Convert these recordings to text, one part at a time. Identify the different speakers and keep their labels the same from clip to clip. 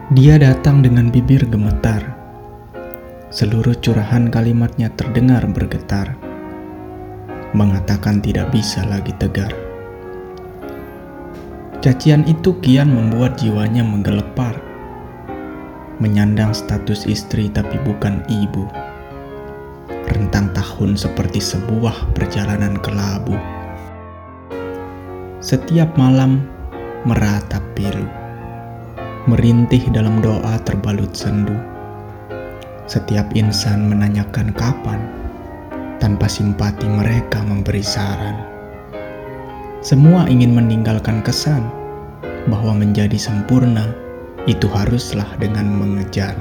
Speaker 1: Dia datang dengan bibir gemetar. Seluruh curahan kalimatnya terdengar bergetar, mengatakan tidak bisa lagi tegar. Cacian itu kian membuat jiwanya menggelepar, menyandang status istri tapi bukan ibu. Rentang tahun seperti sebuah perjalanan kelabu. Setiap malam meratap pilu, merintih dalam doa terbalut sendu. Setiap insan menanyakan kapan, tanpa simpati mereka memberi saran. Semua ingin meninggalkan kesan bahwa menjadi sempurna itu haruslah dengan mengejar.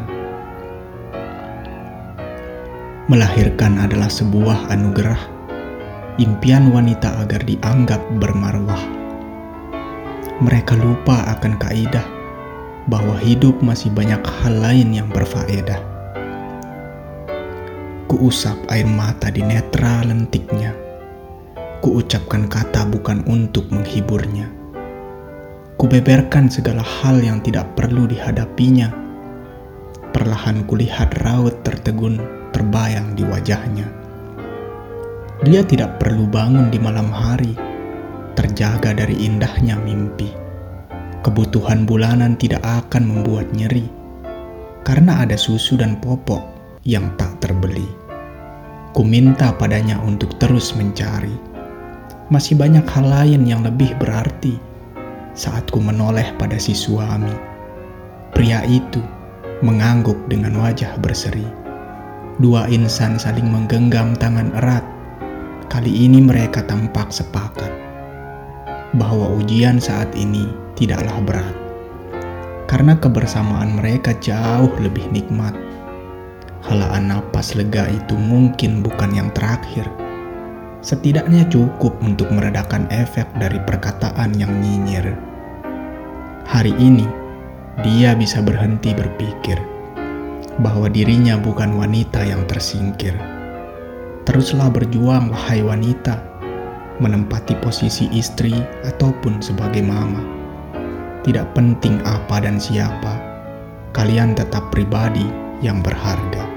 Speaker 1: Melahirkan adalah sebuah anugerah, impian wanita agar dianggap bermarwah. Mereka lupa akan kaidah bahwa hidup masih banyak hal lain yang berfaedah. Kuusap air mata di netra lentiknya. Kuucapkan kata bukan untuk menghiburnya. Kubeberkan segala hal yang tidak perlu dihadapinya. Perlahan kulihat raut tertegun terbayang di wajahnya. Dia tidak perlu bangun di malam hari, terjaga dari indahnya mimpi. Kebutuhan bulanan tidak akan membuat nyeri, karena ada susu dan popok yang tak terbeli. Ku minta padanya untuk terus mencari. Masih banyak hal lain yang lebih berarti saat ku menoleh pada si suami. Pria itu mengangguk dengan wajah berseri. Dua insan saling menggenggam tangan erat. Kali ini mereka tampak sepakat bahwa ujian saat ini tidaklah berat, karena kebersamaan mereka jauh lebih nikmat. Helaan napas lega itu mungkin bukan yang terakhir. Setidaknya cukup untuk meredakan efek dari perkataan yang nyinyir. Hari ini, dia bisa berhenti berpikir bahwa dirinya bukan wanita yang tersingkir. Teruslah berjuang, wahai wanita, menempati posisi istri ataupun sebagai mama. Tidak penting apa dan siapa, kalian tetap pribadi yang berharga.